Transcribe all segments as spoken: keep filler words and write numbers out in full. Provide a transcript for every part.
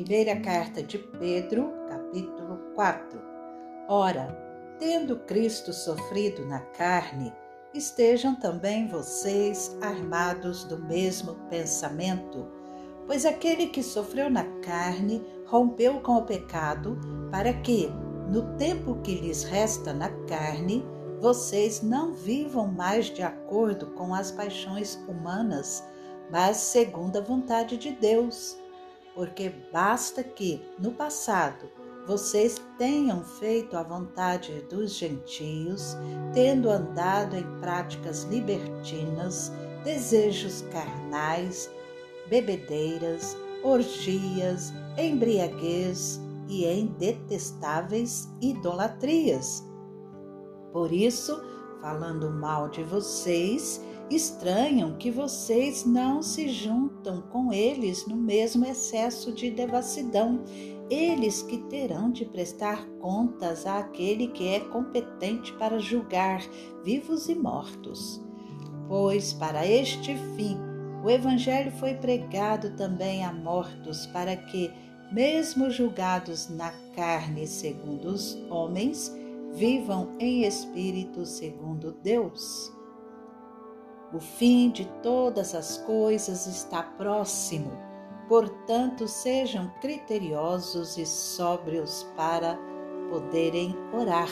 Primeira carta de Pedro, capítulo quatro. Ora, tendo Cristo sofrido na carne, estejam também vocês armados do mesmo pensamento. Pois aquele que sofreu na carne rompeu com o pecado, para que, no tempo que lhes resta na carne, vocês não vivam mais de acordo com as paixões humanas, mas segundo a vontade de Deus. Porque basta que, no passado, vocês tenham feito a vontade dos gentios, tendo andado em práticas libertinas, desejos carnais, bebedeiras, orgias, embriaguez e em detestáveis idolatrias. Por isso, falando mal de vocês, estranham que vocês não se juntam com eles no mesmo excesso de devassidão, eles que terão de prestar contas àquele que é competente para julgar vivos e mortos. Pois para este fim o Evangelho foi pregado também a mortos, para que, mesmo julgados na carne segundo os homens, vivam em espírito segundo Deus. O fim de todas as coisas está próximo, portanto sejam criteriosos e sóbrios para poderem orar.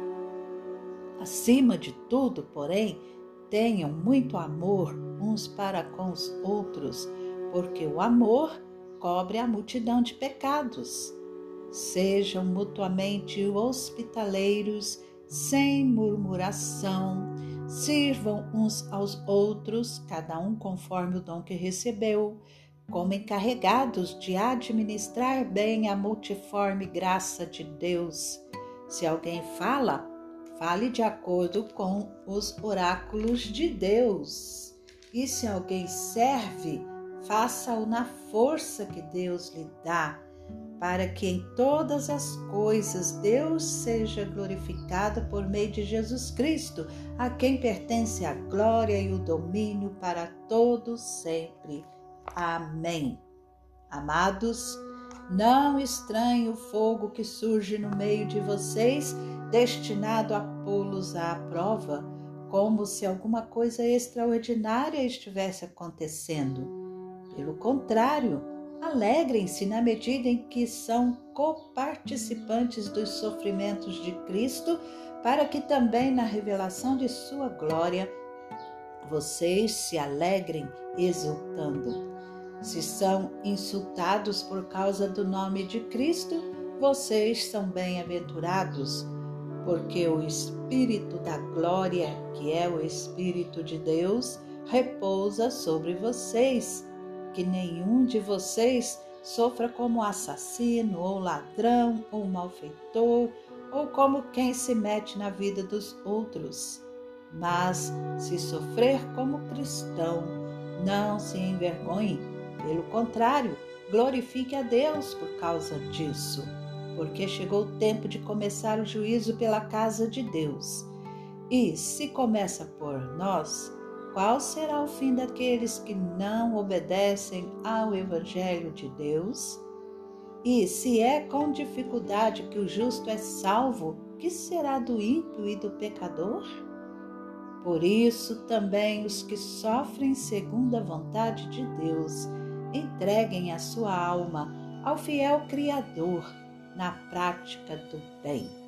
Acima de tudo, porém, tenham muito amor uns para com os outros, porque o amor cobre a multidão de pecados. Sejam mutuamente hospitaleiros, sem murmuração, sirvam uns aos outros, cada um conforme o dom que recebeu, como encarregados de administrar bem a multiforme graça de Deus. Se alguém fala, fale de acordo com os oráculos de Deus. E se alguém serve, faça-o na força que Deus lhe dá, para que em todas as coisas Deus seja glorificado por meio de Jesus Cristo, a quem pertence a glória e o domínio para todos sempre. Amém. Amados, não estranhe o fogo que surge no meio de vocês, destinado a pô-los à prova, como se alguma coisa extraordinária estivesse acontecendo. Pelo contrário, alegrem-se na medida em que são coparticipantes dos sofrimentos de Cristo, para que também na revelação de sua glória vocês se alegrem exultando. Se são insultados por causa do nome de Cristo, vocês são bem-aventurados, porque o Espírito da glória, que é o Espírito de Deus, repousa sobre vocês. Que nenhum de vocês sofra como assassino, ou ladrão, ou malfeitor, ou como quem se mete na vida dos outros. Mas, se sofrer como cristão, não se envergonhe. Pelo contrário, glorifique a Deus por causa disso, porque chegou o tempo de começar o juízo pela casa de Deus. E, se começa por nós, qual será o fim daqueles que não obedecem ao Evangelho de Deus? E se é com dificuldade que o justo é salvo, que será do ímpio e do pecador? Por isso também os que sofrem segundo a vontade de Deus, entreguem a sua alma ao fiel Criador na prática do bem.